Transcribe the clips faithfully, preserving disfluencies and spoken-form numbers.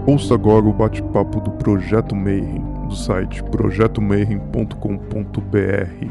Ouça agora o bate-papo do Projeto Mayhem, do site projeto mayhem ponto com ponto b r.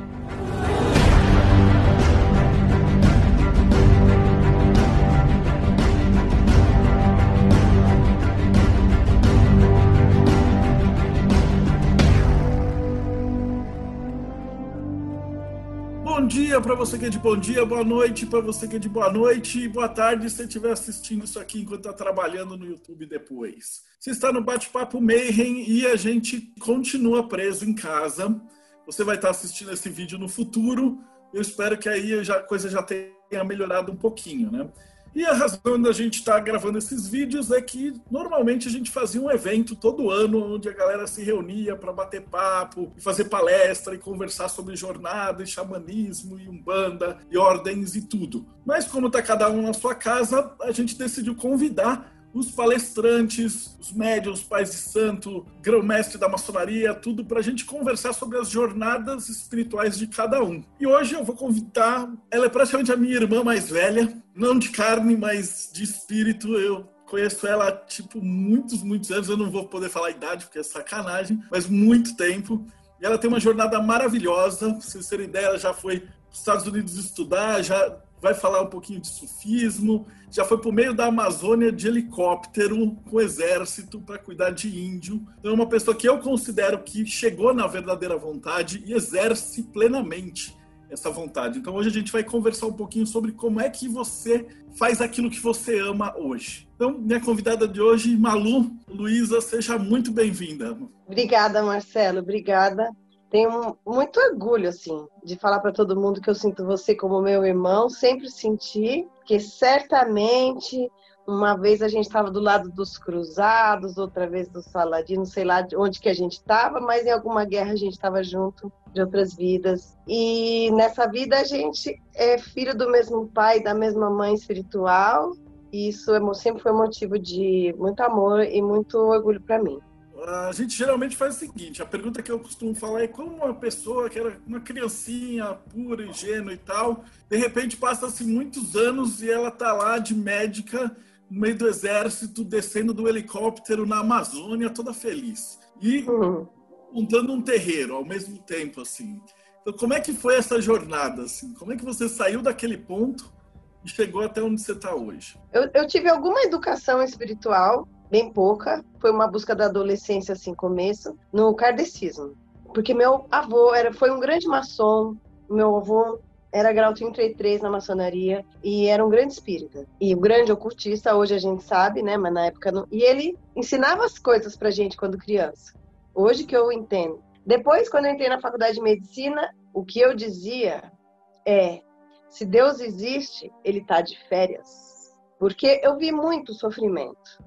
Bom dia para você que é de bom dia, boa noite para você que é de boa noite e boa tarde se você estiver assistindo isso aqui enquanto está trabalhando no YouTube depois. Você está no Bate-Papo Mayhem e a gente continua preso em casa. Você vai estar assistindo esse vídeo no futuro. Eu espero que aí a coisa já tenha melhorado um pouquinho, né? E a razão da gente estar gravando esses vídeos é que normalmente a gente fazia um evento todo ano onde a galera se reunia para bater papo, e fazer palestra e conversar sobre jornada e xamanismo e umbanda e ordens e tudo. Mas como está cada um na sua casa, a gente decidiu convidar os palestrantes, os médiuns, pais de santo, grão-mestre da maçonaria, tudo para a gente conversar sobre as jornadas espirituais de cada um. E hoje eu vou convidar, ela é praticamente a minha irmã mais velha, não de carne, mas de espírito. Eu conheço ela há, tipo, muitos, muitos anos, eu não vou poder falar a idade porque é sacanagem, mas muito tempo. E ela tem uma jornada maravilhosa, pra vocês terem ideia, ela já foi para os Estados Unidos estudar, já vai falar um pouquinho de sufismo, já foi para o meio da Amazônia de helicóptero com o exército para cuidar de índio. Então é uma pessoa que eu considero que chegou na verdadeira vontade e exerce plenamente essa vontade. Então hoje a gente vai conversar um pouquinho sobre como é que você faz aquilo que você ama hoje. Então, minha convidada de hoje, Malu Luísa, seja muito bem-vinda. Obrigada, Marcelo, obrigada. Tenho muito orgulho, assim, de falar para todo mundo que eu sinto você como meu irmão, sempre senti, que certamente uma vez a gente estava do lado dos cruzados, outra vez do Saladino, sei lá onde que a gente estava, mas em alguma guerra a gente estava junto, de outras vidas. E nessa vida a gente é filho do mesmo pai, da mesma mãe espiritual, e isso sempre foi motivo de muito amor e muito orgulho para mim. A gente geralmente faz o seguinte, a pergunta que eu costumo falar é como uma pessoa que era uma criancinha pura, ingênua e tal, de repente passa-se muitos anos e ela tá lá de médica no meio do exército, descendo do helicóptero na Amazônia, toda feliz. E uhum. montando um terreiro ao mesmo tempo, assim. Então, como é que foi essa jornada, assim? Como é que você saiu daquele ponto e chegou até onde você está hoje? Eu, eu tive alguma educação espiritual, bem pouca, foi uma busca da adolescência, assim, começo, no kardecismo. Porque meu avô era, foi um grande maçom, meu avô era grau trinta e três na maçonaria e era um grande espírita. E um grande ocultista, hoje a gente sabe, né, mas na época não. E ele ensinava as coisas pra gente quando criança. Hoje que eu entendo. Depois, quando eu entrei na faculdade de medicina, o que eu dizia é, se Deus existe, ele tá de férias. Porque eu vi muito sofrimento.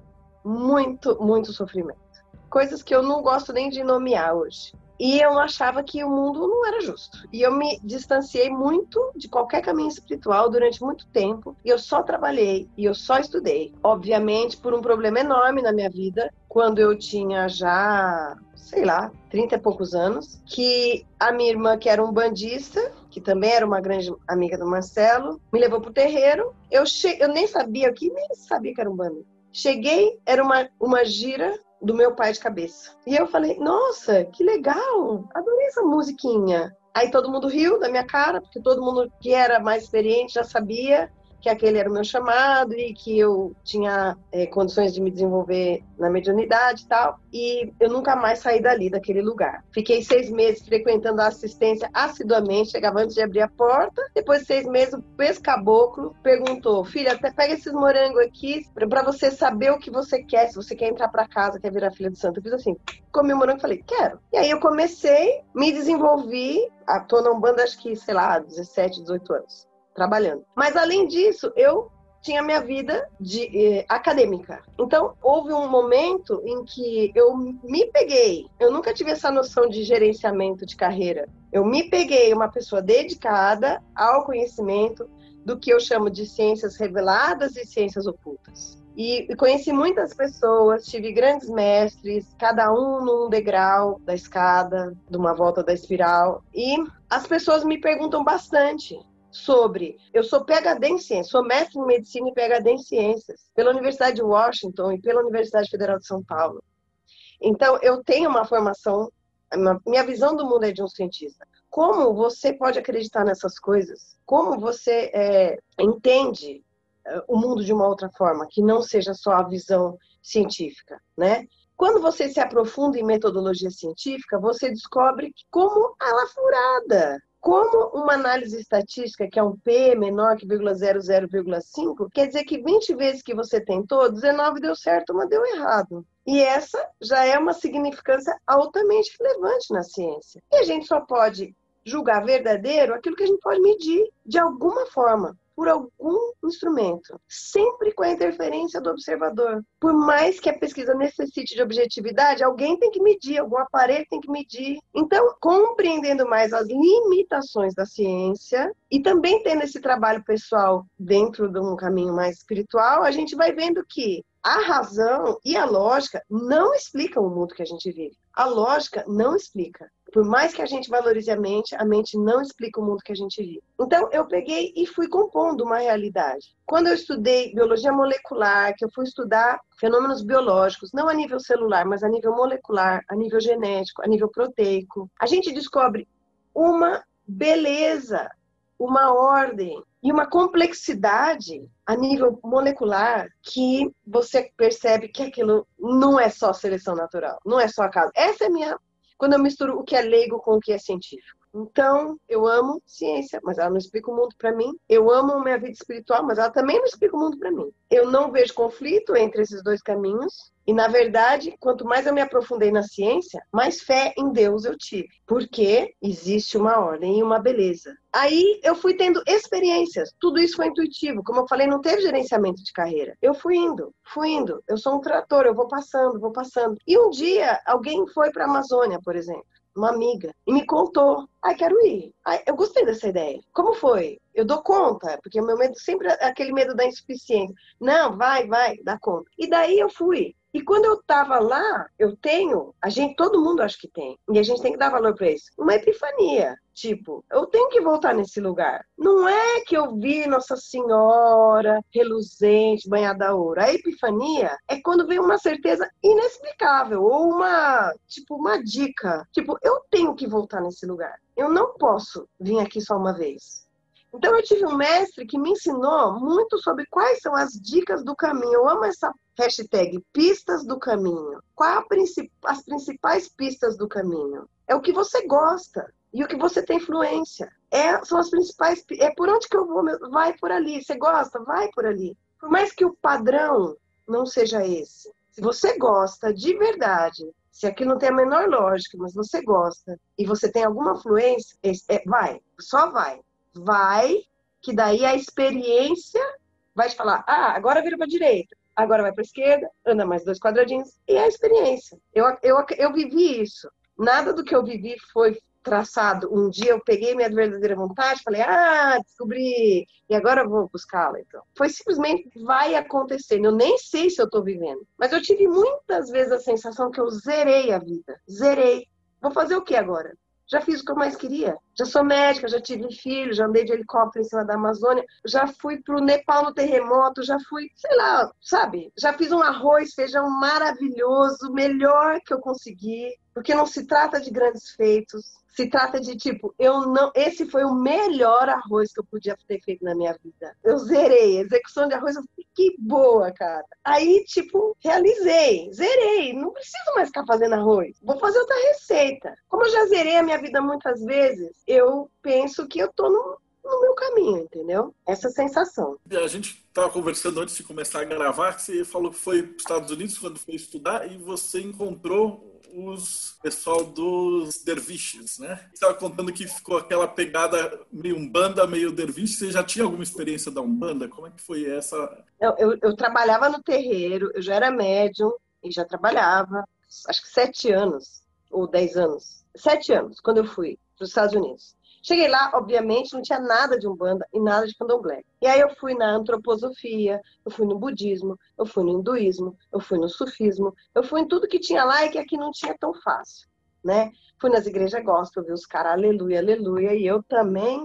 Muito, muito sofrimento. Coisas que eu não gosto nem de nomear hoje. E eu achava que o mundo não era justo. E eu me distanciei muito de qualquer caminho espiritual durante muito tempo. E eu só trabalhei e eu só estudei. Obviamente, por um problema enorme na minha vida, quando eu tinha já, sei lá, trinta e poucos anos, que a minha irmã, que era um bandista, que também era uma grande amiga do Marcelo, me levou pro terreiro. Eu, che... eu nem sabia o que, nem sabia que era um bando. Cheguei, era uma, uma gira do meu pai de cabeça. E eu falei, nossa, que legal, adorei essa musiquinha. Aí todo mundo riu da minha cara, porque todo mundo que era mais experiente já sabia que aquele era o meu chamado e que eu tinha é, condições de me desenvolver na mediunidade e tal. E eu nunca mais saí dali, daquele lugar. Fiquei seis meses frequentando a assistência assiduamente, chegava antes de abrir a porta. Depois de seis meses, o ex-caboclo perguntou, filha, até pega esses morangos aqui pra você saber o que você quer, se você quer entrar pra casa, quer virar filha de santo. Eu fiz assim, comi o morango e falei, quero. E aí eu comecei, me desenvolvi, tô na Umbanda acho que, sei lá, dezessete, dezoito anos. Trabalhando. Mas, além disso, eu tinha minha vida de, eh, acadêmica. Então, houve um momento em que eu me peguei. Eu nunca tive essa noção de gerenciamento de carreira. Eu me peguei uma pessoa dedicada ao conhecimento do que eu chamo de ciências reveladas e ciências ocultas. E conheci muitas pessoas, tive grandes mestres, cada um num degrau da escada, de uma volta da espiral. E as pessoas me perguntam bastante, sobre... Eu sou P H D em ciências, sou mestre em medicina e P H D em ciências, pela Universidade de Washington e pela Universidade Federal de São Paulo. Então, eu tenho uma formação, minha visão do mundo é de um cientista. Como você pode acreditar nessas coisas? Como você é, entende o mundo de uma outra forma, que não seja só a visão científica, né? Quando você se aprofunda em metodologia científica, você descobre que como ela furada, como uma análise estatística, que é um P menor que zero vírgula zero cinco, quer dizer que vinte vezes que você tentou, dezenove deu certo, uma deu errado. E essa já é uma significância altamente relevante na ciência. E a gente só pode julgar verdadeiro aquilo que a gente pode medir de alguma forma, por algum instrumento, sempre com a interferência do observador. Por mais que a pesquisa necessite de objetividade, alguém tem que medir, algum aparelho tem que medir. Então, compreendendo mais as limitações da ciência e também tendo esse trabalho pessoal dentro de um caminho mais espiritual, a gente vai vendo que a razão e a lógica não explicam o mundo que a gente vive. A lógica não explica. Por mais que a gente valorize a mente, a mente não explica o mundo que a gente vive. Então, eu peguei e fui compondo uma realidade. Quando eu estudei biologia molecular, que eu fui estudar fenômenos biológicos, não a nível celular, mas a nível molecular, a nível genético, a nível proteico, a gente descobre uma beleza, uma ordem e uma complexidade a nível molecular que você percebe que aquilo não é só seleção natural, não é só acaso. Essa é a minha... Quando eu misturo o que é leigo com o que é científico. Então, eu amo ciência, mas ela não explica o mundo para mim. Eu amo minha vida espiritual, mas ela também não explica o mundo para mim. Eu não vejo conflito entre esses dois caminhos. E, na verdade, quanto mais eu me aprofundei na ciência, mais fé em Deus eu tive. Porque existe uma ordem e uma beleza. Aí, eu fui tendo experiências. Tudo isso foi intuitivo. Como eu falei, não teve gerenciamento de carreira. Eu fui indo, fui indo. Eu sou um trator, eu vou passando, vou passando. E um dia, alguém foi para a Amazônia, por exemplo. Uma amiga, e me contou. Ai, quero ir. Ai, eu gostei dessa ideia. Como foi? Eu dou conta, porque o meu medo sempre é aquele medo da insuficiência. Não, vai, vai, dá conta. E daí eu fui. E quando eu tava lá, eu tenho, a gente, todo mundo acho que tem, e a gente tem que dar valor para isso, uma epifania. Tipo, eu tenho que voltar nesse lugar. Não é que eu vi Nossa Senhora reluzente, banhada a ouro. A epifania é quando vem uma certeza inexplicável, ou uma, tipo, uma dica. Tipo, eu tenho que voltar nesse lugar. Eu não posso vir aqui só uma vez. Então eu tive um mestre que me ensinou muito sobre quais são as dicas do caminho. Eu amo essa hashtag, pistas do caminho. Quais as principais pistas do caminho? É o que você gosta e o que você tem influência. É, são as principais, é por onde que eu vou, vai por ali. Você gosta? Vai por ali. Por mais que o padrão não seja esse. Se você gosta de verdade, se aquilo não tem a menor lógica, mas você gosta e você tem alguma influência, é, vai, só vai. Vai, que daí a experiência vai te falar, ah, agora vira para a direita, agora vai para a esquerda, anda mais dois quadradinhos, e é a experiência. Eu, eu, eu vivi isso. Nada do que eu vivi foi traçado. Um dia eu peguei minha verdadeira vontade, falei, ah, descobri, e agora eu vou buscá-la, então. Foi simplesmente, vai acontecendo. Eu nem sei se eu estou vivendo, mas eu tive muitas vezes a sensação que eu zerei a vida. Zerei. Vou fazer o que agora? Já fiz o que eu mais queria. Já sou médica, já tive filho, já andei de helicóptero em cima da Amazônia, já fui pro Nepal no terremoto, já fui, sei lá, sabe? Já fiz um arroz, feijão maravilhoso, melhor que eu consegui, porque não se trata de grandes feitos. Se trata de, tipo, eu não... Esse foi o melhor arroz que eu podia ter feito na minha vida. Eu zerei. A execução de arroz, eu falei, que boa, cara. Aí, tipo, realizei. Zerei. Não preciso mais ficar fazendo arroz. Vou fazer outra receita. Como eu já zerei a minha vida muitas vezes, eu penso que eu tô no, no meu caminho, entendeu? Essa sensação. A gente estava conversando antes de começar a gravar, que você falou que foi para os Estados Unidos quando foi estudar e você encontrou os pessoal dos derviches, né? Você estava contando que ficou aquela pegada meio umbanda, meio derviche. Você já tinha alguma experiência da umbanda? Como é que foi essa? Eu, eu, eu trabalhava no terreiro, eu já era médium e já trabalhava, acho que sete anos ou dez anos. Sete anos, quando eu fui para os Estados Unidos. Cheguei lá, obviamente, não tinha nada de umbanda e nada de candomblé. E aí eu fui na antroposofia, eu fui no budismo, eu fui no hinduísmo, eu fui no sufismo, eu fui em tudo que tinha lá e que aqui não tinha tão fácil, né? Fui nas igrejas gospel, vi os caras aleluia, aleluia, e eu também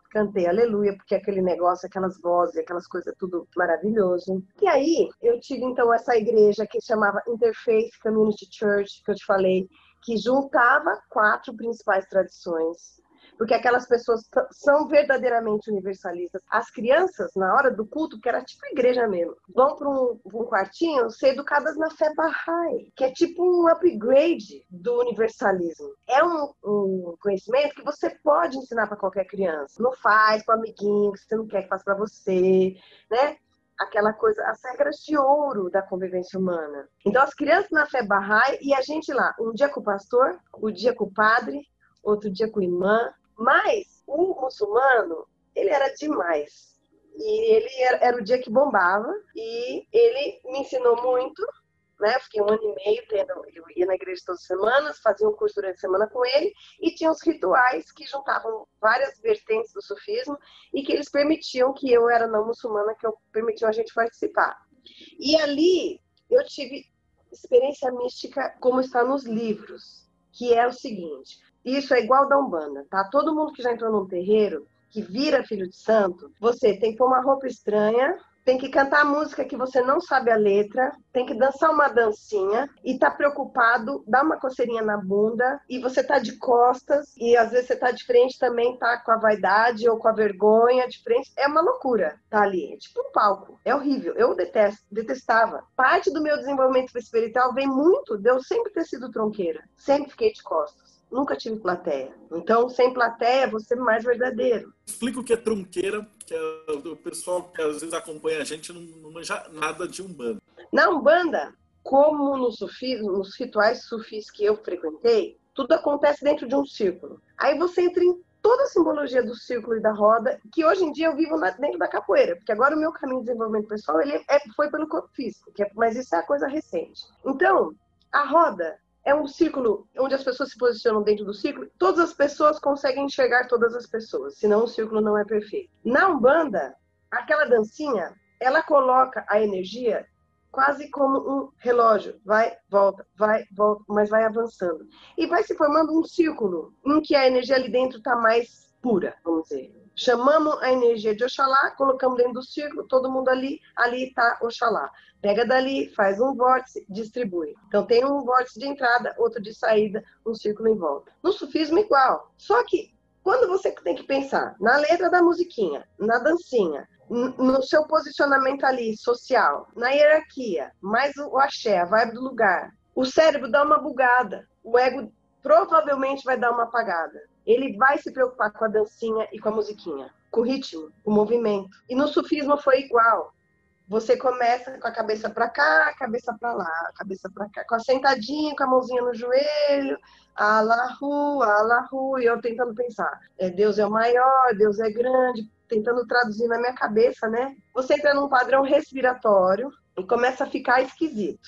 cantei aleluia, porque aquele negócio, aquelas vozes, aquelas coisas, tudo maravilhoso. E aí, eu tive, então, essa igreja que chamava Interfaith Community Church, que eu te falei, que juntava quatro principais tradições. Porque aquelas pessoas são verdadeiramente universalistas. As crianças, na hora do culto, que era tipo igreja mesmo, vão para um, um quartinho ser educadas na fé Bahá'í, que é tipo um upgrade do universalismo. É um, um conhecimento que você pode ensinar para qualquer criança. Não faz para o amiguinho que você não quer que faça para você, né? Aquela coisa, as regras de ouro da convivência humana. Então, as crianças na fé Bahá'í e a gente lá, um dia com o pastor, um dia com o padre, outro dia com a irmã. Mas o muçulmano, ele era demais. E ele era, era o dia que bombava. E ele me ensinou muito, né? Eu fiquei um ano e meio tendo, eu ia na igreja todas as semanas, fazia um curso durante a semana com ele, e tinha os rituais que juntavam várias vertentes do sufismo e que eles permitiam, que eu era não muçulmana, que eu permitiam a gente participar. E ali eu tive experiência mística como está nos livros, que é o seguinte: isso é igual da Umbanda, tá? Todo mundo que já entrou num terreiro, que vira filho de santo, você tem que pôr uma roupa estranha, tem que cantar música que você não sabe a letra, tem que dançar uma dancinha e tá preocupado, dá uma coceirinha na bunda e você tá de costas e às vezes você tá de frente também, tá com a vaidade ou com a vergonha de frente. É uma loucura, tá ali. É tipo um palco. É horrível. Eu detesto, detestava. Parte do meu desenvolvimento espiritual vem muito de eu sempre ter sido tronqueira. Sempre fiquei de costas. Nunca tive plateia. Então, sem plateia, você é mais verdadeiro. Explica o que é trunqueira, que é o pessoal que às vezes acompanha a gente não, não manja nada de Umbanda. Na Umbanda, como no sufismo, nos rituais sufis que eu frequentei, tudo acontece dentro de um círculo. Aí você entra em toda a simbologia do círculo e da roda, que hoje em dia eu vivo dentro da capoeira, porque agora o meu caminho de desenvolvimento pessoal ele é, foi pelo corpo físico, que é, mas isso é a coisa recente. Então, a roda é um círculo onde as pessoas se posicionam dentro do círculo. Todas as pessoas conseguem enxergar todas as pessoas, senão o círculo não é perfeito. Na Umbanda, aquela dancinha, ela coloca a energia quase como um relógio. Vai, volta, vai, volta, mas vai avançando. E vai se formando um círculo em que a energia ali dentro está mais pura, vamos dizer. Chamamos a energia de Oxalá, colocamos dentro do círculo, todo mundo ali, ali está Oxalá. Pega dali, faz um vórtice, distribui. Então tem um vórtice de entrada, outro de saída, um círculo em volta. No sufismo igual. Só que quando você tem que pensar na letra da musiquinha, na dancinha, no seu posicionamento ali social, na hierarquia, mais o axé, a vibe do lugar, o cérebro dá uma bugada, o ego provavelmente vai dar uma apagada. Ele vai se preocupar com a dancinha e com a musiquinha, com o ritmo, com o movimento. E no sufismo foi igual. Você começa com a cabeça para cá, a cabeça para lá, a cabeça para cá, com a sentadinha, com a mãozinha no joelho, Allahu, Allahu, e eu tentando pensar, é, Deus é o maior, Deus é grande, tentando traduzir na minha cabeça, né? Você entra num padrão respiratório e começa a ficar esquisito.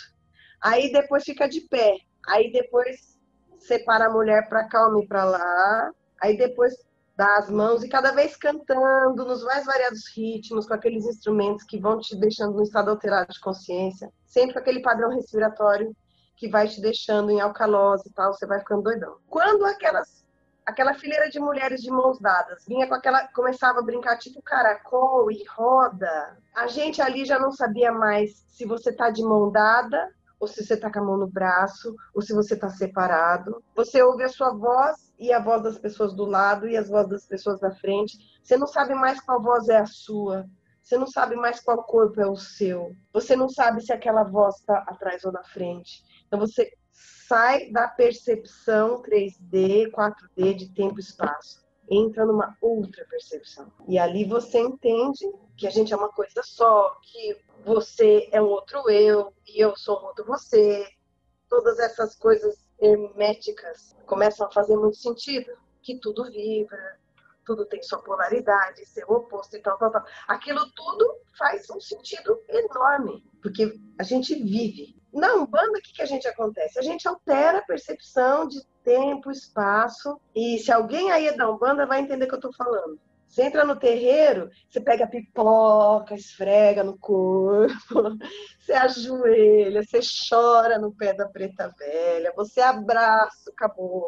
Aí depois fica de pé, aí depois separa a mulher para cá, homem para lá, aí depois dá as mãos e cada vez cantando nos mais variados ritmos, com aqueles instrumentos que vão te deixando num estado alterado de consciência, sempre com aquele padrão respiratório que vai te deixando em alcalose e tal, você vai ficando doidão. Quando aquelas, aquela fileira de mulheres de mãos dadas vinha com aquela, começava a brincar tipo caracol e roda, a gente ali já não sabia mais se você tá de mão dada ou se você tá com a mão no braço, ou se você tá separado. Você ouve a sua voz e a voz das pessoas do lado e as vozes das pessoas da frente. Você não sabe mais qual voz é a sua. Você não sabe mais qual corpo é o seu. Você não sabe se aquela voz está atrás ou na frente. Então você sai da percepção três D, quatro D de tempo e espaço. Entra numa outra percepção. E ali você entende que a gente é uma coisa só, que você é um outro eu e eu sou um outro você. Todas essas coisas herméticas começam a fazer muito sentido. Que tudo vibra, tudo tem sua polaridade, seu oposto e tal, tal, tal. Aquilo tudo faz um sentido enorme, porque a gente vive. Na Umbanda, o que, que a gente acontece? A gente altera a percepção de tempo, espaço, e se alguém aí é da Umbanda vai entender o que eu estou falando. Você entra no terreiro, você pega a pipoca, esfrega no corpo, você ajoelha, você chora no pé da preta velha, você abraça o caboclo,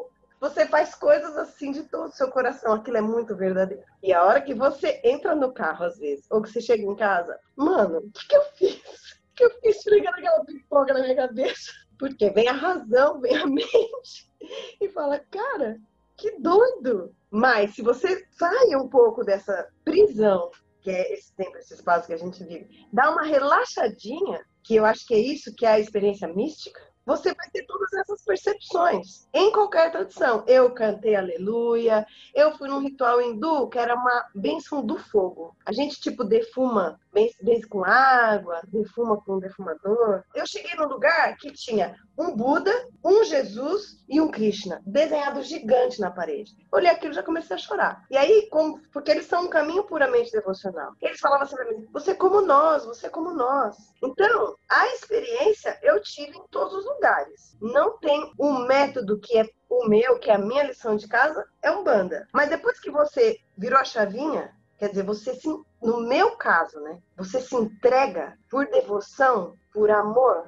Você faz coisas assim de todo o seu coração. Aquilo é muito verdadeiro. E a hora que você entra no carro, às vezes, ou que você chega em casa, mano, o que, que eu fiz? O que eu fiz ligando aquela pipoca na minha cabeça? Porque vem a razão, vem a mente e fala, cara, que doido. Mas se você sai um pouco dessa prisão, que é esse tempo, esse espaço que a gente vive, dá uma relaxadinha, que eu acho que é isso que é a experiência mística, você vai ter todas essas percepções, em qualquer tradição. Eu cantei aleluia, eu fui num ritual hindu que era uma bênção do fogo. A gente, tipo, defuma benção com água, defuma com um defumador. Eu cheguei num lugar que tinha um Buda, um Jesus e um Krishna, desenhado gigante na parede. Olhei aquilo e já comecei a chorar. E aí, como, porque eles são um caminho puramente devocional. Eles falavam assim pra mim, você é como nós, você é como nós. Então, a experiência eu tive em todos os lugares. Não tem um método que é o meu, que é a minha lição de casa, é Umbanda. Mas depois que você virou a chavinha, quer dizer, você se, no meu caso, né? Você se entrega por devoção, por amor,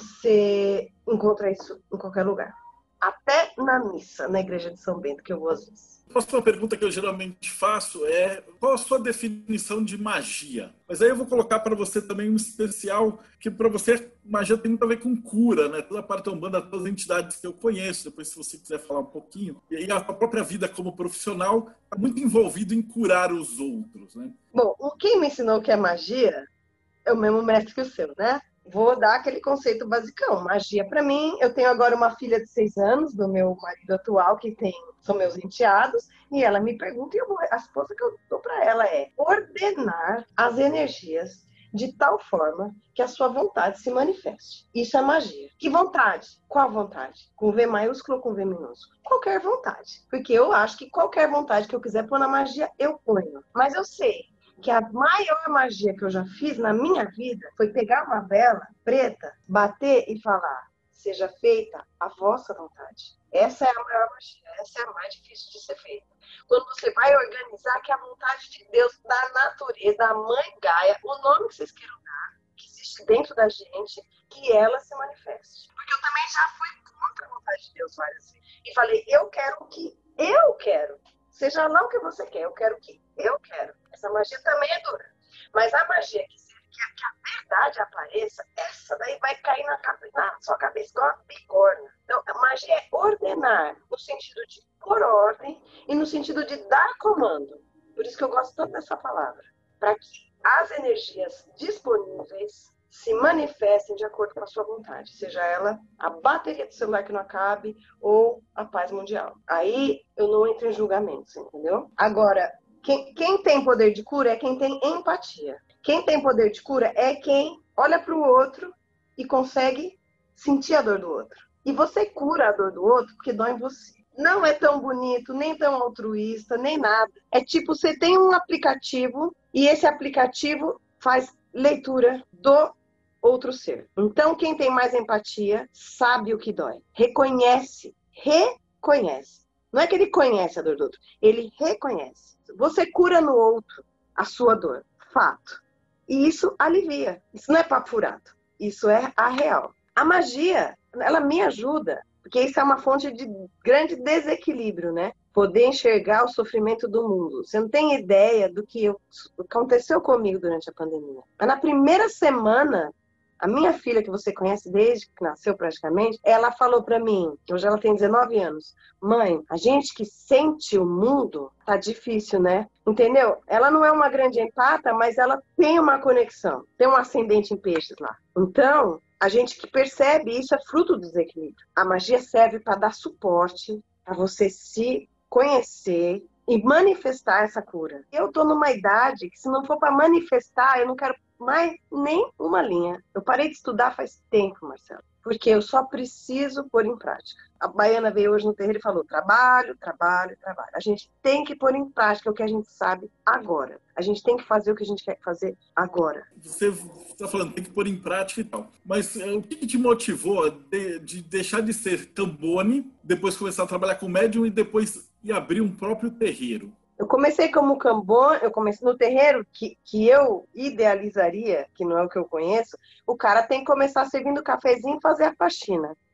você encontra isso em qualquer lugar. Até na missa, na igreja de São Bento, que eu vou às vezes. A próxima pergunta que eu geralmente faço é qual a sua definição de magia? Mas aí eu vou colocar para você também um especial, que para você magia tem muito a ver com cura, né? Toda a parte da Umbanda, todas as entidades que eu conheço, depois se você quiser falar um pouquinho. E aí a própria vida como profissional está muito envolvido em curar os outros, né? Bom, quem me ensinou que é magia é o mesmo mestre que o seu, né? Vou dar aquele conceito basicão. Magia, para mim, eu tenho agora uma filha de seis anos, do meu marido atual, que tem, são meus enteados, e ela me pergunta, e eu vou, a resposta que eu dou para ela é ordenar as energias de tal forma que a sua vontade se manifeste. Isso é magia. Que vontade? Qual vontade? Com V maiúsculo ou com V minúsculo? Qualquer vontade. Porque eu acho que qualquer vontade que eu quiser pôr na magia, eu ponho. Mas eu sei que a maior magia que eu já fiz na minha vida foi pegar uma vela preta, bater e falar, seja feita a vossa vontade. Essa é a maior magia, essa é a mais difícil de ser feita. Quando você vai organizar que a vontade de Deus, da natureza, da mãe Gaia, o nome que vocês queiram dar, que existe dentro da gente, que ela se manifeste. Porque eu também já fui contra a vontade de Deus várias vezes. E falei, eu quero o que eu quero. Seja lá o que você quer, eu quero o que eu quero. Essa magia também é dura. Mas a magia que, que, que a verdade apareça, essa daí vai cair na, na sua cabeça igual uma bigorna. Então, a magia é ordenar, no sentido de pôr ordem e no sentido de dar comando. Por isso que eu gosto tanto dessa palavra. Para que as energias disponíveis se manifestem de acordo com a sua vontade. Seja ela a bateria do celular que não acabe ou a paz mundial. Aí eu não entro em julgamentos, entendeu? Agora, quem, quem tem poder de cura é quem tem empatia. Quem tem poder de cura é quem olha para o outro e consegue sentir a dor do outro. E você cura a dor do outro porque dói em você. Não é tão bonito, nem tão altruísta, nem nada. É tipo, você tem um aplicativo e esse aplicativo faz leitura do outro ser. Então, quem tem mais empatia sabe o que dói. Reconhece. Reconhece. Não é que ele conhece a dor do outro. Ele reconhece. Você cura no outro a sua dor. Fato. E isso alivia. Isso não é papo furado. Isso é a real. A magia, ela me ajuda. Porque isso é uma fonte de grande desequilíbrio, né? Poder enxergar o sofrimento do mundo. Você não tem ideia do que eu, aconteceu comigo durante a pandemia. Mas na primeira semana, a minha filha, que você conhece desde que nasceu praticamente, ela falou pra mim, hoje ela tem dezenove anos, mãe, a gente que sente o mundo, tá difícil, né? Entendeu? Ela não é uma grande empata, mas ela tem uma conexão, tem um ascendente em peixes lá. Então, a gente que percebe isso é fruto do desequilíbrio. A magia serve para dar suporte, para você se conhecer e manifestar essa cura. Eu tô numa idade que se não for para manifestar, eu não quero mais nem uma linha. Eu parei de estudar faz tempo, Marcelo, porque eu só preciso pôr em prática. A Baiana veio hoje no terreiro e falou, trabalho, trabalho, trabalho. A gente tem que pôr em prática o que a gente sabe agora. A gente tem que fazer o que a gente quer fazer agora. Você está falando, tem que pôr em prática e tal. Mas é, o que te motivou de, de deixar de ser cambone, depois começar a trabalhar com médium e depois ir abrir um próprio terreiro? Eu comecei como cambone, eu comecei no terreiro que, que eu idealizaria, que não é o que eu conheço, o cara tem que começar servindo cafezinho e fazer a faxina.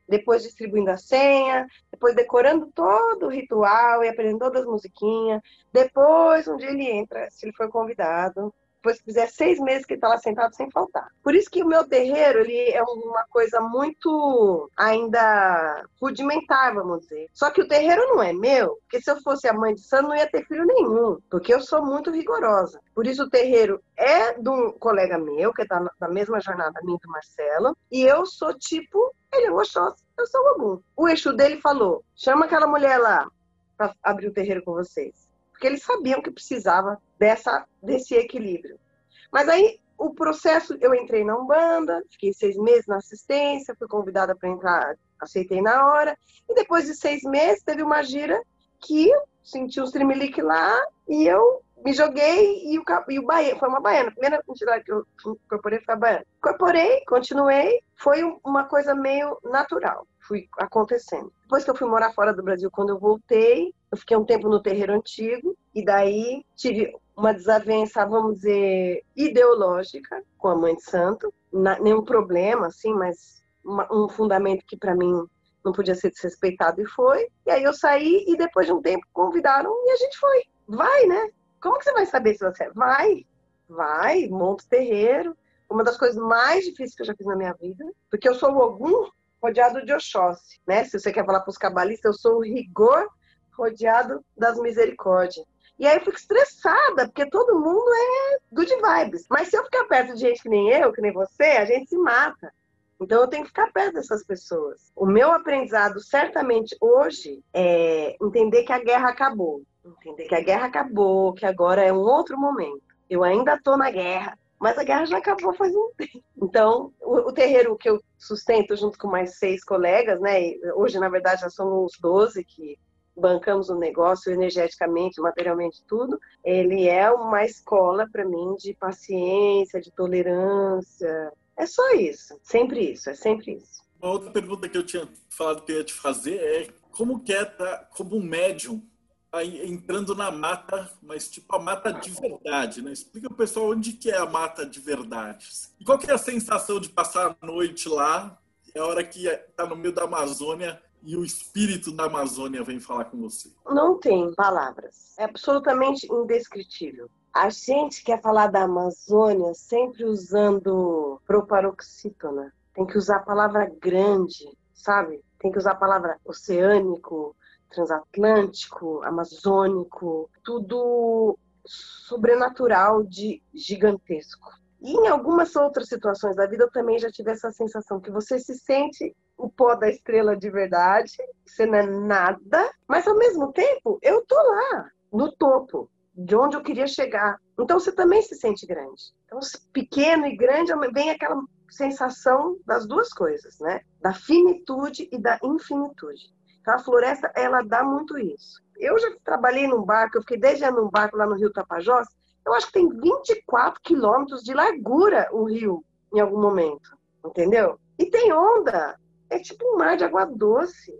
depois distribuindo a senha, depois decorando todo o ritual e aprendendo todas as musiquinhas. Depois, um dia ele entra, se ele for convidado. Depois que fizer seis meses que ele está lá sentado sem faltar. Por isso que o meu terreiro, ele é uma coisa muito ainda rudimentar, vamos dizer. Só que o terreiro não é meu, porque se eu fosse a mãe de santo, não ia ter filho nenhum, porque eu sou muito rigorosa. Por isso o terreiro é de um colega meu, que está na mesma jornada minha e do Marcelo, e eu sou tipo, ele é o Oxóssi, eu sou o Ogum. O Exu dele falou, chama aquela mulher lá para abrir o terreiro com vocês. Porque eles sabiam que precisava dessa, desse equilíbrio. Mas aí, o processo, eu entrei na Umbanda, fiquei seis meses na assistência, fui convidada para entrar, aceitei na hora, e depois de seis meses, teve uma gira que eu senti um tremelique lá, e eu me joguei, e o, e o baiano, foi uma baiana, a primeira entidade que eu incorporei foi a baiana. Incorporei, continuei, foi uma coisa meio natural. Fui acontecendo. Depois que eu fui morar fora do Brasil, quando eu voltei, eu fiquei um tempo no terreiro antigo e daí tive uma desavença, vamos dizer, ideológica com a Mãe de Santo. Na, nenhum problema, assim, mas uma, um fundamento que para mim não podia ser desrespeitado e foi. E aí eu saí e depois de um tempo convidaram e a gente foi. Vai, né? Como que você vai saber se você... Vai, vai, monta o terreiro. Uma das coisas mais difíceis que eu já fiz na minha vida, porque eu sou o Ogum rodeado de Oxóssi, né? Se você quer falar para os cabalistas, eu sou o rigor rodeado das misericórdias. E aí eu fico estressada, porque todo mundo é good vibes. Mas se eu ficar perto de gente que nem eu, que nem você, a gente se mata. Então eu tenho que ficar perto dessas pessoas. O meu aprendizado, certamente, hoje, é entender que a guerra acabou. Entender que a guerra acabou, que agora é um outro momento. Eu ainda estou na guerra, mas a guerra já acabou faz um tempo. Então, o, o terreiro que eu sustento junto com mais seis colegas, né? E hoje, na verdade, já somos doze que bancamos o negócio energeticamente, materialmente, tudo. Ele é uma escola para mim de paciência, de tolerância. É só isso. Sempre isso, é sempre isso. Uma outra pergunta que eu tinha falado que eu ia te fazer é como que é estar como um médium aí entrando na mata, mas tipo a mata de verdade, né? Explica pro pessoal onde que é a mata de verdade. E qual que é a sensação de passar a noite lá, é a hora que tá no meio da Amazônia e o espírito da Amazônia vem falar com você? Não tem palavras. É absolutamente indescritível. A gente quer falar da Amazônia sempre usando proparoxítona. Tem que usar a palavra grande, sabe? Tem que usar a palavra oceânico, transatlântico, amazônico, tudo sobrenatural de gigantesco. E em algumas outras situações da vida eu também já tive essa sensação que você se sente o pó da estrela de verdade, você não é nada, mas ao mesmo tempo eu tô lá, no topo, de onde eu queria chegar. Então você também se sente grande. Então pequeno e grande vem aquela sensação das duas coisas, né? Da finitude e da infinitude. Então, a floresta, ela dá muito isso. Eu já trabalhei num barco, eu fiquei dez anos num barco lá no Rio Tapajós, eu acho que tem vinte e quatro quilômetros de largura o rio, em algum momento, entendeu? E tem onda, é tipo um mar de água doce.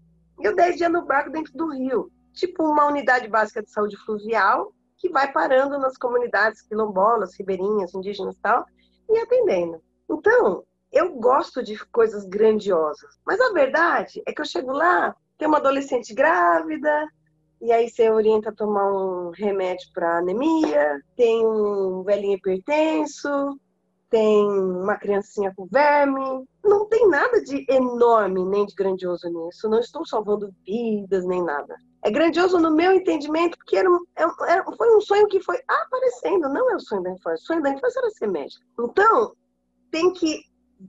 Eu dez dias no barco dentro do rio, tipo uma unidade básica de saúde fluvial, que vai parando nas comunidades quilombolas, ribeirinhas, indígenas e tal, e atendendo. Então, eu gosto de coisas grandiosas, mas a verdade é que eu chego lá, tem uma adolescente grávida, e aí você orienta a tomar um remédio para anemia, tem um velhinho hipertenso, tem uma criancinha com verme. Não tem nada de enorme nem de grandioso nisso, não estou salvando vidas nem nada. É grandioso no meu entendimento, porque era, era, foi um sonho que foi aparecendo, não é o sonho da infância. O sonho da infância era ser médico. Então, tem que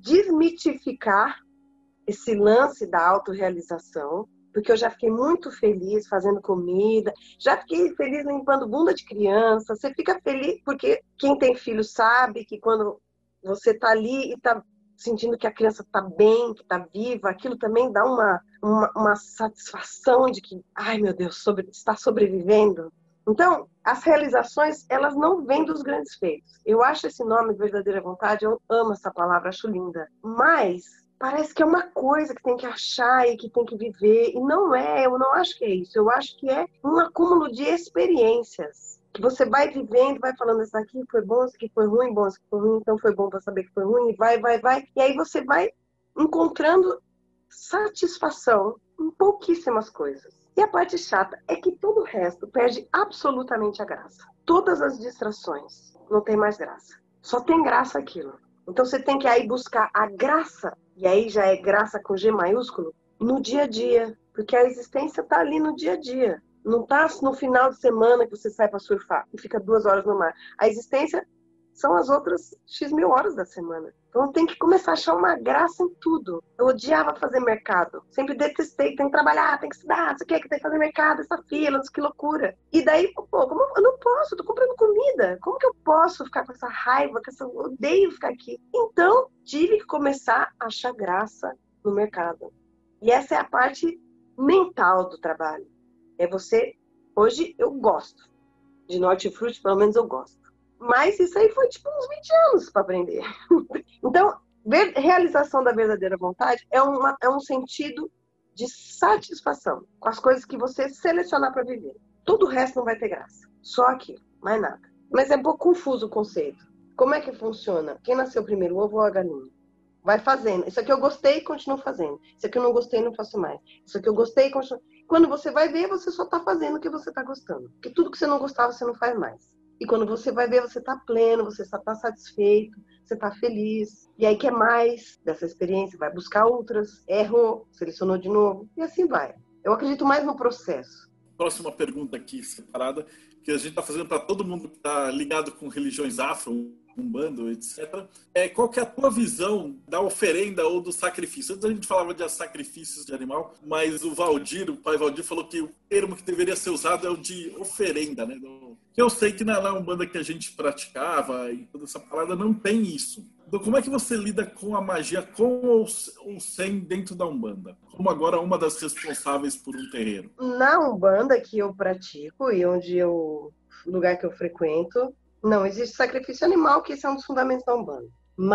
desmitificar esse lance da autorrealização, porque eu já fiquei muito feliz fazendo comida, já fiquei feliz limpando bunda de criança. Você fica feliz porque quem tem filho sabe que quando você está ali e está sentindo que a criança está bem, que está viva, aquilo também dá uma, uma, uma satisfação de que, ai meu Deus, sobre, está sobrevivendo. Então, as realizações, elas não vêm dos grandes feitos. Eu acho esse nome, verdadeira vontade, eu amo essa palavra, acho linda. Mas parece que é uma coisa que tem que achar e que tem que viver. E não é, eu não acho que é isso. Eu acho que é um acúmulo de experiências. Que você vai vivendo, vai falando, isso aqui foi bom, isso aqui foi ruim, bom, isso aqui foi ruim, então foi bom para saber que foi ruim, e vai, vai, vai. E aí você vai encontrando satisfação em pouquíssimas coisas. E a parte chata é que todo o resto perde absolutamente a graça. Todas as distrações não tem mais graça. Só tem graça aquilo. Então você tem que aí buscar a graça, e aí já é graça com G maiúsculo, no dia a dia. Porque a existência está ali no dia a dia. Não está no final de semana que você sai para surfar e fica duas horas no mar. A existência são as outras X mil horas da semana. Então tem que começar a achar uma graça em tudo. Eu odiava fazer mercado. Sempre detestei, tem que trabalhar, tem que estudar, não sei o que, que tem que fazer mercado, essa fila, que loucura. E daí, pô, como eu não posso, eu tô comprando comida. Como que eu posso ficar com essa raiva, com essa... Eu odeio ficar aqui. Então, tive que começar a achar graça no mercado. E essa é a parte mental do trabalho. É você... Hoje eu gosto. De Norte-Fruit, pelo menos eu gosto. Mas isso aí foi tipo uns vinte anos para aprender. Então, ver, realização da verdadeira vontade é, uma, é um sentido de satisfação com as coisas que você selecionar para viver. Todo o resto não vai ter graça. Só aquilo, mais nada. Mas é um pouco confuso o conceito. Como é que funciona? Quem nasceu primeiro, o ovo ou a galinha? Vai fazendo. Isso aqui eu gostei e continuo fazendo. Isso aqui eu não gostei e não faço mais. Isso aqui eu gostei e continuo... Quando você vai ver, você só está fazendo o que você está gostando. Porque tudo que você não gostava, você não faz mais. E quando você vai ver, você está pleno, você está satisfeito, você está feliz. E aí quer mais dessa experiência, vai buscar outras, errou, selecionou de novo, e assim vai. Eu acredito mais no processo. Próxima pergunta aqui, separada, que a gente está fazendo para todo mundo que está ligado com religiões afro, Umbanda, etcétera. É, qual que é a tua visão da oferenda ou do sacrifício? Antes a gente falava de sacrifícios de animal, mas o Valdir, o pai Valdir, falou que o termo que deveria ser usado é o de oferenda, né? Eu sei que na Umbanda que a gente praticava e toda essa parada não tem isso. Então, como é que você lida com a magia com ou sem dentro da Umbanda? Como agora uma das responsáveis por um terreiro. Na Umbanda que eu pratico e onde eu, lugar que eu frequento, não existe sacrifício animal, que esse é um dos fundamentos da Umbanda.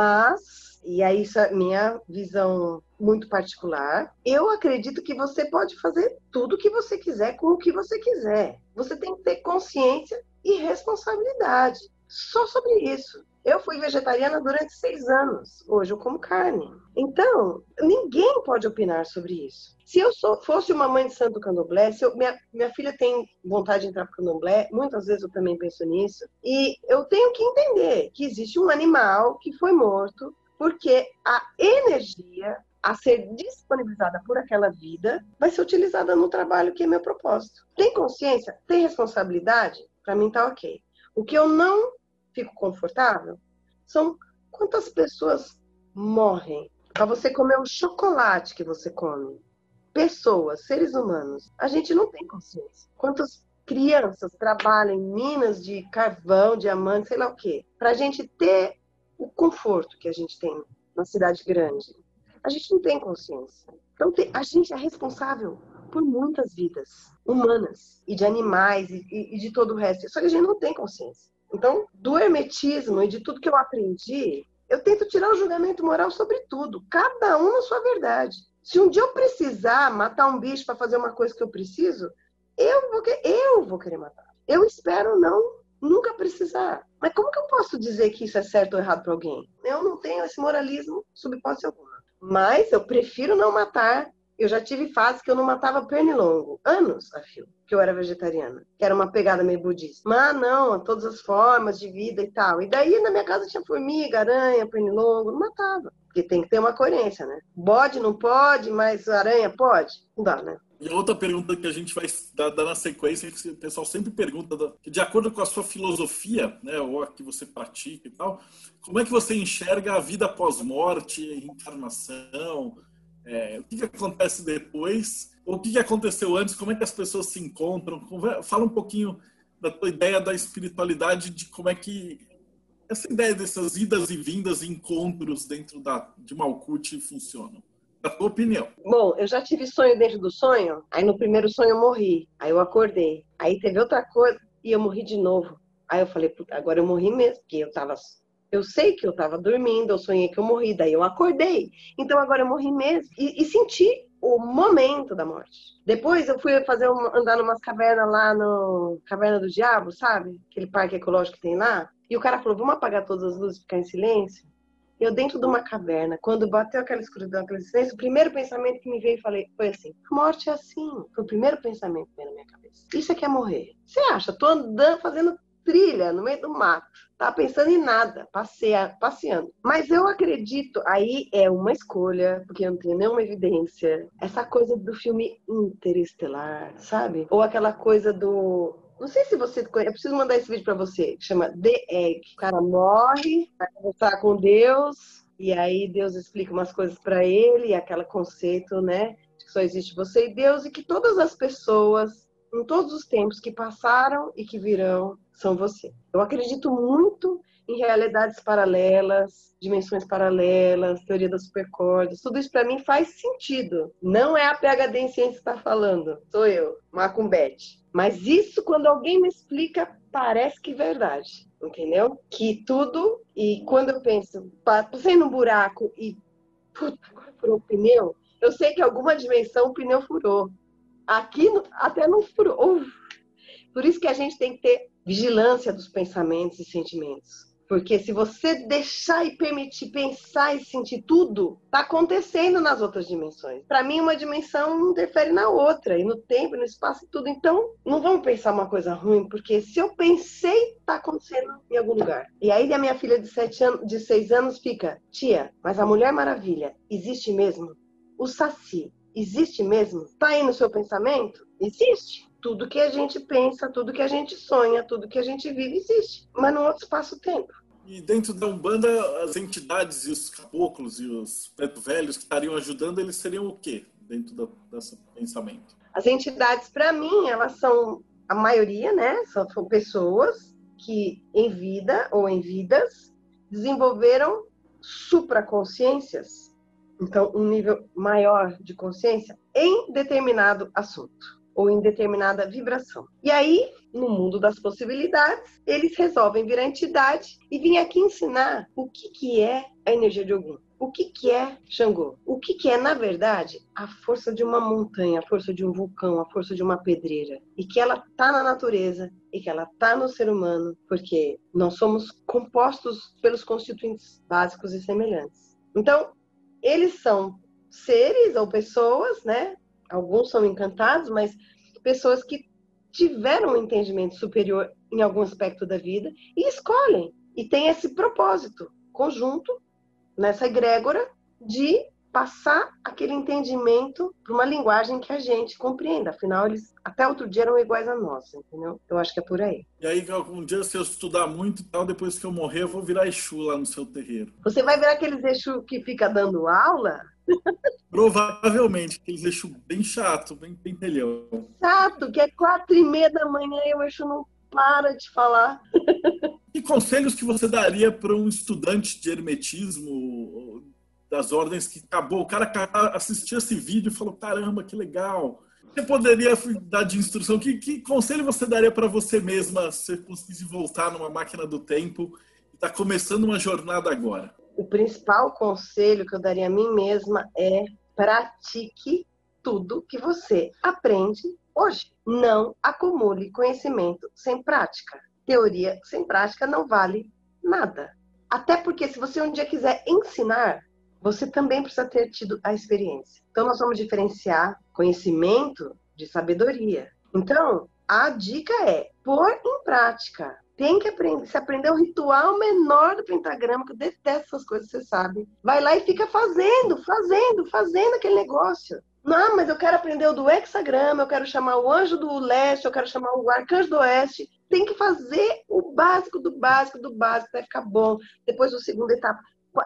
Mas, e aí isso é minha visão muito particular, eu acredito que você pode fazer tudo o que você quiser com o que você quiser. Você tem que ter consciência e responsabilidade. Só sobre isso. Eu fui vegetariana durante seis anos. Hoje eu como carne. Então, ninguém pode opinar sobre isso. Se eu sou, fosse uma mãe de santo candomblé, se eu, minha, minha filha tem vontade de entrar para o candomblé, muitas vezes eu também penso nisso, e eu tenho que entender que existe um animal que foi morto porque a energia a ser disponibilizada por aquela vida vai ser utilizada no trabalho que é meu propósito. Tem consciência? Tem responsabilidade? Para mim tá ok. O que eu não fico confortável são quantas pessoas morrem para você comer o chocolate que você come. Pessoas, seres humanos, a gente não tem consciência. Quantas crianças trabalham em minas de carvão, diamante, sei lá o quê, para a gente ter o conforto que a gente tem na cidade grande. A gente não tem consciência. Então a gente é responsável por muitas vidas humanas e de animais e, e, e de todo o resto. Só que a gente não tem consciência. Então, do hermetismo e de tudo que eu aprendi, eu tento tirar o julgamento moral sobre tudo, cada um na sua verdade. Se um dia eu precisar matar um bicho para fazer uma coisa que eu preciso, eu vou, eu vou querer matar. Eu espero não, nunca precisar. Mas como que eu posso dizer que isso é certo ou errado para alguém? Eu não tenho esse moralismo sob hipótese alguma. Mas eu prefiro não matar. Eu já tive fases que eu não matava pernilongo. Anos a fio, que eu era vegetariana. Que era uma pegada meio budista. Mas não, todas as formas de vida e tal. E daí na minha casa tinha formiga, aranha, pernilongo. Não matava. Porque tem que ter uma coerência, né? Bode não pode, mas aranha pode? Não dá, né? E a outra pergunta que a gente vai dar, dar na sequência, que o pessoal sempre pergunta, que de acordo com a sua filosofia, né, ou a que você pratica e tal, como é que você enxerga a vida pós-morte, reencarnação? É, o que, que acontece depois? O que, que aconteceu antes? Como é que as pessoas se encontram? Fala um pouquinho da tua ideia da espiritualidade, de como é que essa ideia dessas idas e vindas e encontros dentro da, de Malkuth funcionam. Da tua opinião. Bom, eu já tive sonho dentro do sonho. Aí no primeiro sonho eu morri. Aí eu acordei. Aí teve outra coisa e eu morri de novo. Aí eu falei, puta, agora eu morri mesmo. Porque eu tava... Eu sei que eu tava dormindo, eu sonhei que eu morri. Daí eu acordei. Então agora eu morri mesmo. E, e senti o momento da morte. Depois eu fui fazer um, andar numas cavernas lá no... Caverna do Diabo, sabe? Aquele parque ecológico que tem lá. E o cara falou, vamos apagar todas as luzes e ficar em silêncio? Eu dentro de uma caverna, quando bateu aquela escuridão, aquele silêncio, o primeiro pensamento que me veio e falei, foi assim, a morte é assim. Foi o primeiro pensamento que veio na minha cabeça. Isso é que é morrer. Você acha? Tô andando, fazendo trilha no meio do mato. Tava pensando em nada, passear, passeando. Mas eu acredito, aí é uma escolha, porque eu não tenho nenhuma evidência. Essa coisa do filme Interestelar, sabe? Ou aquela coisa do... Não sei se você conhece, eu preciso mandar esse vídeo pra você, que chama The Egg. O cara morre, vai conversar com Deus, e aí Deus explica umas coisas pra ele, e aquele conceito, né? De que só existe você e Deus, e que todas as pessoas, em todos os tempos que passaram e que virão, são você. Eu acredito muito em realidades paralelas, dimensões paralelas, teoria das supercordas. Tudo isso para mim faz sentido. Não é a PhD em ciência que está falando, sou eu, Macumbete. Mas isso, quando alguém me explica, parece que é verdade, entendeu? Que tudo, e quando eu penso, passei num buraco e, puta, agora furou o pneu, eu sei que em alguma dimensão o pneu furou. Aqui até não furou. Uf. Por isso que a gente tem que ter vigilância dos pensamentos e sentimentos. Porque se você deixar e permitir pensar e sentir tudo, está acontecendo nas outras dimensões. Para mim, uma dimensão interfere na outra, e no tempo, e no espaço e tudo. Então, não vamos pensar uma coisa ruim, porque se eu pensei, está acontecendo em algum lugar. E aí a minha filha de, sete anos, de seis anos fica, tia, mas a Mulher Maravilha existe mesmo? O Saci existe mesmo? Está aí no seu pensamento? Existe. Tudo que a gente pensa, tudo que a gente sonha, tudo que a gente vive existe, mas num outro espaço-tempo. E dentro da Umbanda, as entidades e os caboclos e os preto velhos que estariam ajudando, eles seriam o quê dentro do, desse pensamento? As entidades, para mim, elas são, a maioria, né, são pessoas que em vida ou em vidas desenvolveram supraconsciências, então um nível maior de consciência em determinado assunto ou em determinada vibração. E aí, no mundo das possibilidades, eles resolvem virar entidade e vir aqui ensinar o que, que é a energia de Ogum, o que, que é Xangô, o que, que é, na verdade, a força de uma montanha, a força de um vulcão, a força de uma pedreira, e que ela está na natureza e que ela está no ser humano, porque nós somos compostos pelos constituintes básicos e semelhantes. Então, eles são seres ou pessoas, né? Alguns são encantados, mas pessoas que tiveram um entendimento superior em algum aspecto da vida e escolhem. E tem esse propósito conjunto, nessa egrégora, de passar aquele entendimento para uma linguagem que a gente compreenda. Afinal, eles até outro dia eram iguais a nós, entendeu? Eu acho que é por aí. E aí, um dia, se eu estudar muito e tal, depois que eu morrer, eu vou virar Exu lá no seu terreiro. Você vai virar aqueles Exu que fica dando aula? Provavelmente, aqueles Exu bem chato, bem pentelhão. Chato, que é quatro e meia da manhã e o Exu não para de falar. Que conselhos que você daria para um estudante de hermetismo das ordens que acabou? O cara assistiu esse vídeo e falou, caramba, que legal. Você poderia dar de instrução? Que, que conselho você daria para você mesma se você conseguisse voltar numa máquina do tempo e está começando uma jornada agora? O principal conselho que eu daria a mim mesma é pratique tudo que você aprende hoje. Não acumule conhecimento sem prática. Teoria sem prática não vale nada. Até porque se você um dia quiser ensinar, você também precisa ter tido a experiência. Então nós vamos diferenciar conhecimento de sabedoria. Então, a dica é pôr em prática. Tem que aprender. Se aprender o ritual menor do pentagrama, que eu detesto essas coisas, você sabe. Vai lá e fica fazendo, fazendo, fazendo aquele negócio. Não, mas eu quero aprender o do hexagrama, eu quero chamar o anjo do leste, eu quero chamar o arcanjo do oeste. Tem que fazer o básico do básico do básico, vai ficar bom. Depois do segundo etapa,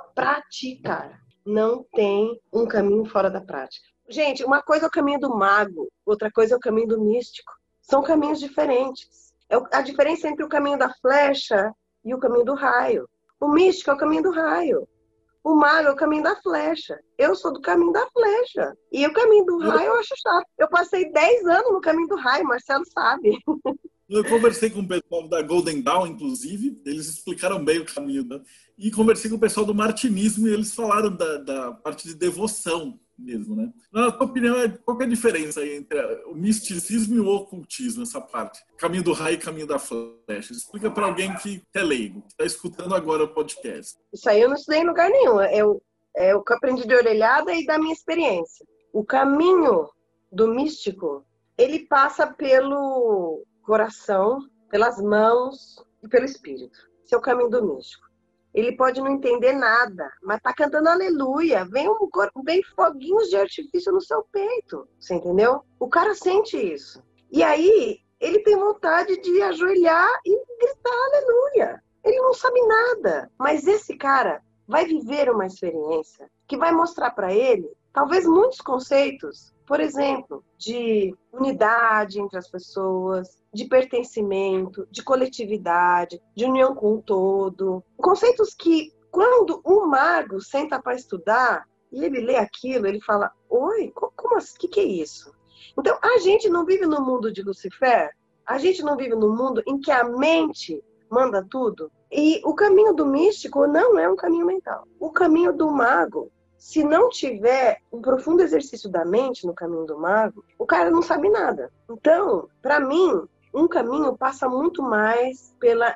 praticar. Não tem um caminho fora da prática. Gente, uma coisa é o caminho do mago, outra coisa é o caminho do místico. São caminhos diferentes. É a diferença entre o caminho da flecha e o caminho do raio. O místico é o caminho do raio. O mago é o caminho da flecha. Eu sou do caminho da flecha. E o caminho do raio eu acho chato. Eu passei dez anos no caminho do raio, Marcelo sabe. Eu conversei com o pessoal da Golden Dawn, inclusive. Eles explicaram bem o caminho. Né? E conversei com o pessoal do martinismo e eles falaram da, da parte de devoção. mesmo, né? Na tua opinião, qual que é a diferença aí entre o misticismo e o ocultismo, essa parte? Caminho do raio e caminho da flecha. Explica para alguém que é leigo, que está escutando agora o podcast. Isso aí eu não estudei em lugar nenhum. Eu, é o que eu aprendi de orelhada e da minha experiência. O caminho do místico, ele passa pelo coração, pelas mãos e pelo espírito. Esse é o caminho do místico. Ele pode não entender nada, mas tá cantando aleluia. Vem, um, vem foguinhos de artifício no seu peito. Você entendeu? O cara sente isso. E aí, ele tem vontade de ajoelhar e gritar aleluia. Ele não sabe nada. Mas esse cara vai viver uma experiência que vai mostrar para ele, talvez, muitos conceitos. Por exemplo, de unidade entre as pessoas, de pertencimento, de coletividade, de união com o todo. Conceitos que, quando o mago senta para estudar e ele lê aquilo, ele fala, oi, como assim? O que, que é isso? Então, a gente não vive no mundo de Lucifer, a gente não vive no mundo em que a mente manda tudo. E o caminho do místico não é um caminho mental. O caminho do mago, se não tiver um profundo exercício da mente no caminho do mago, o cara não sabe nada. Então, para mim, um caminho passa muito mais pela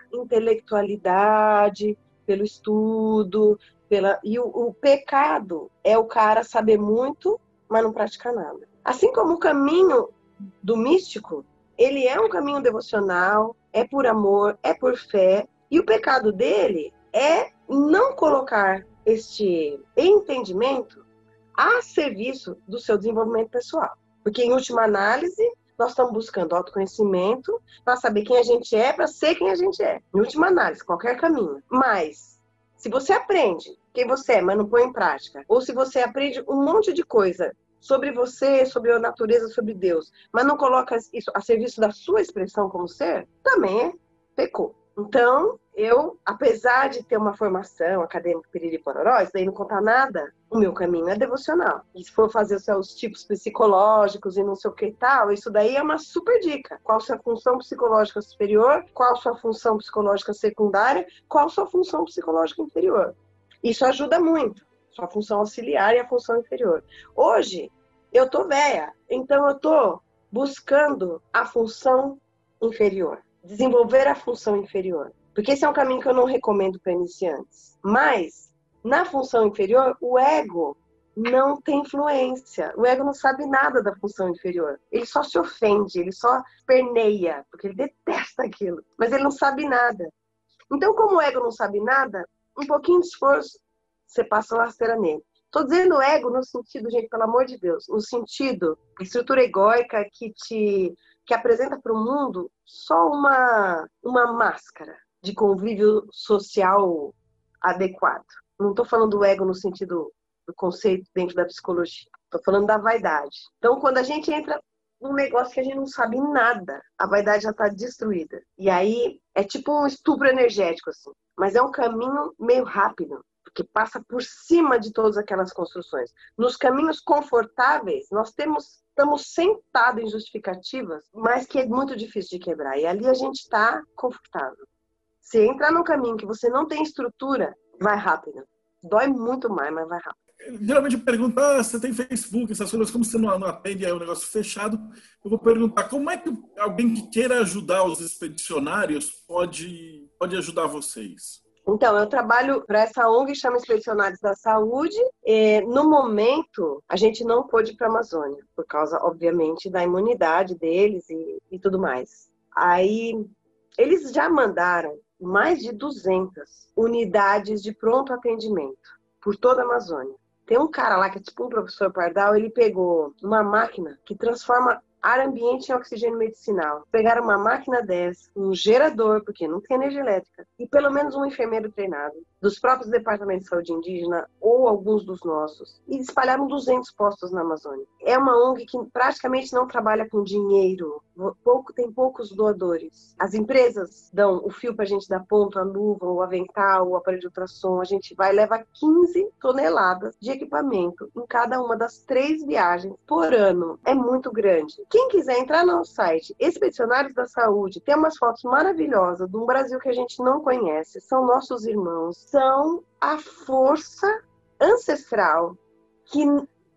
intelectualidade, pelo estudo, pela... e o, o pecado é o cara saber muito, mas não praticar nada. Assim como o caminho do místico, ele é um caminho devocional, é por amor, é por fé, e o pecado dele é não colocar este entendimento a serviço do seu desenvolvimento pessoal. Porque, em última análise, nós estamos buscando autoconhecimento para saber quem a gente é, para ser quem a gente é. Em última análise, qualquer caminho. Mas, se você aprende quem você é, mas não põe em prática, ou se você aprende um monte de coisa sobre você, sobre a natureza, sobre Deus, mas não coloca isso a serviço da sua expressão como ser, também pecou. Então, eu, apesar de ter uma formação acadêmica piriri pororó, isso daí não conta nada, o meu caminho é devocional. E se for fazer os seus tipos psicológicos e não sei o que e tal, isso daí é uma super dica. Qual a sua função psicológica superior, qual a sua função psicológica secundária, qual a sua função psicológica inferior. Isso ajuda muito. Sua função auxiliar e a função inferior. Hoje, eu tô velha, então eu tô buscando a função inferior. Desenvolver a função inferior. Porque esse é um caminho que eu não recomendo para iniciantes. Mas, na função inferior, o ego não tem influência. O ego não sabe nada da função inferior. Ele só se ofende, ele só perneia, porque ele detesta aquilo. Mas ele não sabe nada. Então, como o ego não sabe nada, um pouquinho de esforço, você passa uma rasteira nele. Estou dizendo ego no sentido, gente, pelo amor de Deus, no sentido estrutura egóica que te... que apresenta para o mundo só uma, uma máscara de convívio social adequado. Não estou falando do ego no sentido do conceito dentro da psicologia. Estou falando da vaidade. Então, quando a gente entra num negócio que a gente não sabe nada, a vaidade já está destruída. E aí, é tipo um estupro energético, assim. Mas é um caminho meio rápido, porque passa por cima de todas aquelas construções. Nos caminhos confortáveis, nós temos... estamos sentados em justificativas, mas que é muito difícil de quebrar. E ali a gente está confortável. Se entrar num caminho que você não tem estrutura, vai rápido. Dói muito mais, mas vai rápido. Geralmente eu pergunto, ah, você tem Facebook, essas coisas, como você não, não atende, é um negócio fechado. Eu vou perguntar, como é que alguém que queira ajudar os expedicionários pode, pode ajudar vocês? Então, eu trabalho para essa O N G, chama Expedicionários da Saúde. E, no momento, a gente não pôde ir para a Amazônia, por causa, obviamente, da imunidade deles e, e tudo mais. Aí, eles já mandaram mais de duzentas unidades de pronto atendimento por toda a Amazônia. Tem um cara lá que é tipo um professor Pardal, ele pegou uma máquina que transforma ar ambiente em oxigênio medicinal. Pegaram uma máquina dessa, um gerador, porque não tem energia elétrica, e pelo menos um enfermeiro treinado, dos próprios departamentos de saúde indígena ou alguns dos nossos, e espalharam duzentos postos na Amazônia. É uma O N G que praticamente não trabalha com dinheiro, pouco, tem poucos doadores. As empresas dão o fio pra gente dar ponto, a luva, o avental, o aparelho de ultrassom, a gente vai e leva quinze toneladas de equipamento em cada uma das três viagens por ano. É muito grande. Quem quiser entrar no site Expedicionários da Saúde, tem umas fotos maravilhosas de um Brasil que a gente não conhece, são nossos irmãos, são a força ancestral que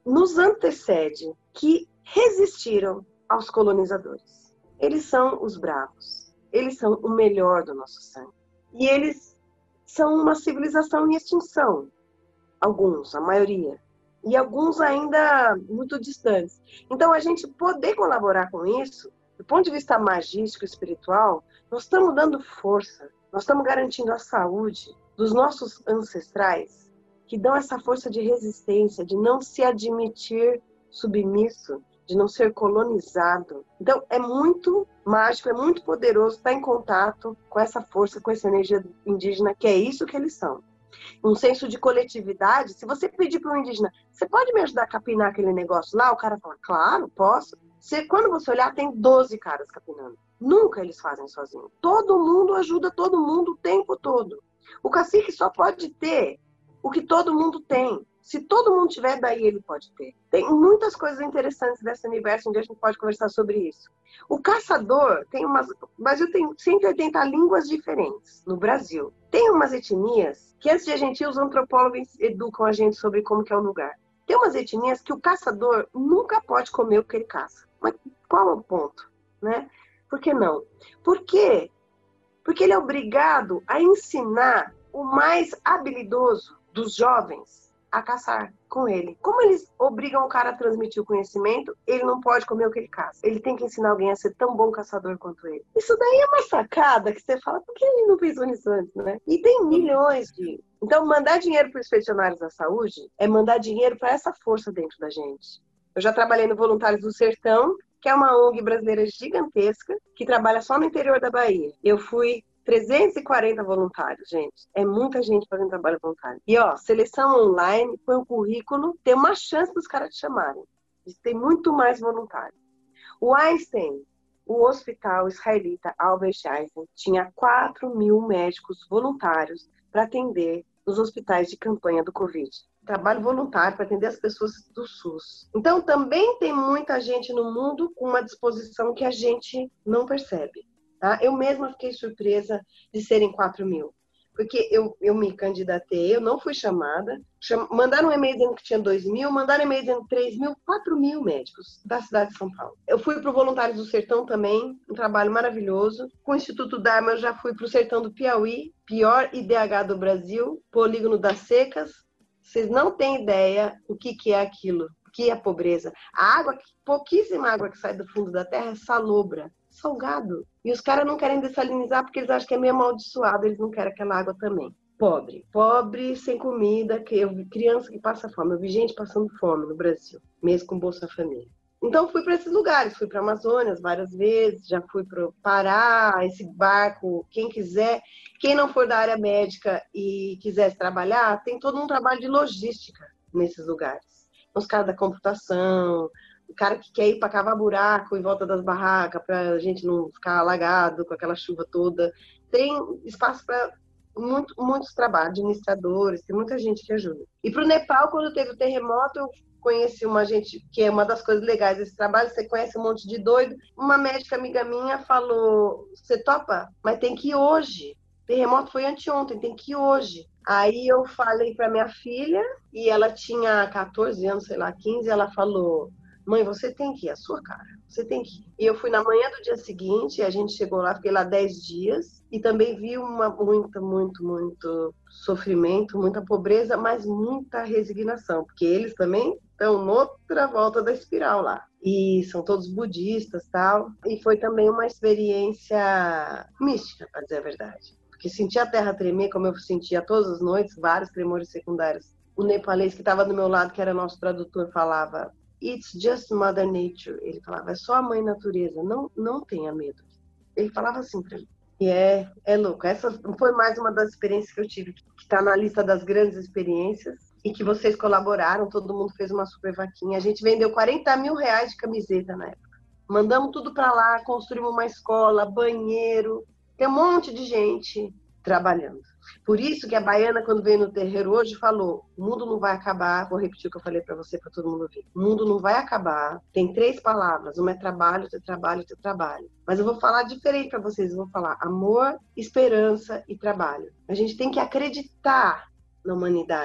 nos antecede, que resistiram aos colonizadores. Eles são os bravos. Eles são o melhor do nosso sangue. E eles são uma civilização em extinção. Alguns, a maioria. E alguns ainda muito distantes. Então, a gente poder colaborar com isso, do ponto de vista magístico e espiritual, nós estamos dando força, nós estamos garantindo a saúde dos nossos ancestrais, que dão essa força de resistência, de não se admitir submisso, de não ser colonizado. Então, é muito mágico, é muito poderoso estar em contato com essa força, com essa energia indígena, que é isso que eles são. Um senso de coletividade. Se você pedir para um indígena, você pode me ajudar a capinar aquele negócio lá? O cara fala, claro, posso. Você, quando você olhar, tem doze caras capinando. Nunca eles fazem sozinhos. Todo mundo ajuda todo mundo o tempo todo. O cacique só pode ter o que todo mundo tem. Se todo mundo tiver, daí ele pode ter. Tem muitas coisas interessantes desse universo, onde a gente pode conversar sobre isso. O caçador tem umas... O Brasil tem cento e oitenta línguas diferentes no Brasil. Tem umas etnias que antes de a gente ir, os antropólogos educam a gente sobre como que é o lugar. Tem umas etnias que o caçador nunca pode comer o que ele caça. Mas qual é o ponto? Né? Por que não? Por quê? Porque ele é obrigado a ensinar o mais habilidoso dos jovens a caçar com ele. Como eles obrigam o cara a transmitir o conhecimento, ele não pode comer o que ele caça. Ele tem que ensinar alguém a ser tão bom caçador quanto ele. Isso daí é uma sacada que você fala, por que ele não pensou nisso antes, né? E tem milhões de... Então, mandar dinheiro para os Expedicionários da Saúde é mandar dinheiro para essa força dentro da gente. Eu já trabalhei no Voluntários do Sertão, que é uma O N G brasileira gigantesca, que trabalha só no interior da Bahia. Eu fui trezentos e quarenta voluntários, gente. É muita gente fazendo trabalho voluntário. E, ó, seleção online, põe o currículo, tem uma chance dos caras te chamarem. Tem muito mais voluntário. O Einstein, o hospital israelita Albert Einstein, tinha quatro mil médicos voluntários para atender nos hospitais de campanha do Covid. Trabalho voluntário para atender as pessoas do SUS. Então, também tem muita gente no mundo com uma disposição que a gente não percebe. Tá? Eu mesma fiquei surpresa de serem quatro mil, porque eu, eu me candidatei, eu não fui chamada, cham... mandaram um e-mail dizendo que tinha dois mil, mandaram um e-mail dizendo três mil, quatro mil médicos da cidade de São Paulo. Eu fui para o Voluntários do Sertão também, um trabalho maravilhoso. Com o Instituto Dharma eu já fui para o Sertão do Piauí, pior I D H do Brasil, Polígono das Secas. Vocês não têm ideia o que, que é aquilo, o que é a pobreza. A água, pouquíssima água que sai do fundo da terra é salobra, salgado. E os caras não querem dessalinizar porque eles acham que é meio amaldiçoado, eles não querem aquela água também. Pobre, pobre, sem comida, que eu vi criança que passa fome. Eu vi gente passando fome no Brasil, mesmo com Bolsa Família. Então fui para esses lugares, fui para a Amazônia várias vezes, já fui para o Pará, esse barco, quem quiser, quem não for da área médica e quisesse trabalhar, tem todo um trabalho de logística nesses lugares. Os caras da computação, o cara que quer ir para cavar buraco em volta das barracas, para a gente não ficar alagado com aquela chuva toda. Tem espaço para muito, muitos trabalhos, administradores, tem muita gente que ajuda. E para o Nepal, quando teve o terremoto, eu conheci uma gente, que é uma das coisas legais desse trabalho, você conhece um monte de doido. Uma médica amiga minha falou, você topa? Mas tem que ir hoje. O terremoto foi anteontem, tem que ir hoje. Aí eu falei para minha filha, e ela tinha quatorze anos, sei lá, quinze, ela falou, mãe, você tem que ir, a sua cara, você tem que ir. E eu fui na manhã do dia seguinte, a gente chegou lá, fiquei lá dez dias, e também vi uma muito, muito, muito sofrimento, muita pobreza, mas muita resignação, porque eles também estão noutra volta da espiral lá. E são todos budistas e tal. E foi também uma experiência mística, para dizer a verdade. Porque sentir a terra tremer, como eu sentia todas as noites, vários tremores secundários. O nepalês que estava do meu lado, que era nosso tradutor, falava It's just Mother Nature. Ele falava, é só a mãe natureza, não, não tenha medo. Ele falava assim pra mim. E é, é louco. Essa foi mais uma das experiências que eu tive, que está na lista das grandes experiências e que vocês colaboraram, todo mundo fez uma super vaquinha. A gente vendeu quarenta mil reais de camiseta na época. Mandamos tudo para lá, construímos uma escola, banheiro, tem um monte de gente trabalhando. Por isso que a baiana, quando veio no terreiro hoje, falou, o mundo não vai acabar, vou repetir o que eu falei para você, para todo mundo ouvir. O mundo não vai acabar, tem três palavras, uma é trabalho, outro é trabalho, outro é trabalho. Mas eu vou falar diferente para vocês, eu vou falar amor, esperança e trabalho. A gente tem que acreditar na humanidade.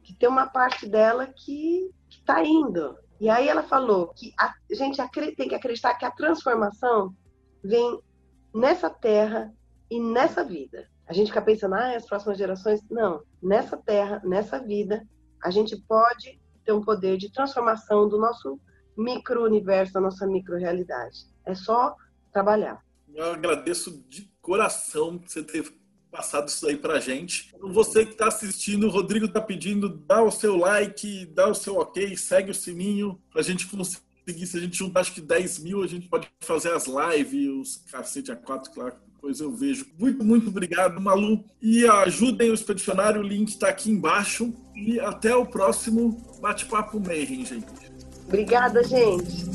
que tem uma parte dela que está indo. E aí ela falou que a gente tem que acreditar que a transformação vem nessa terra e nessa vida. A gente fica pensando, ah, as próximas gerações... Não, nessa terra, nessa vida, a gente pode ter um poder de transformação do nosso micro-universo, da nossa micro-realidade. É só trabalhar. Eu agradeço de coração você ter passado isso aí pra gente. Você que está assistindo, o Rodrigo está pedindo, dá o seu like, dá o seu ok, segue o sininho, pra gente conseguir, se a gente juntar acho que dez mil, a gente pode fazer as lives, os cacete a quatro, claro, depois eu vejo. Muito, muito obrigado, Malu. E ajudem o Expedicionário, o link está aqui embaixo. E até o próximo Bate-Papo Mayhem, gente. Obrigada, gente.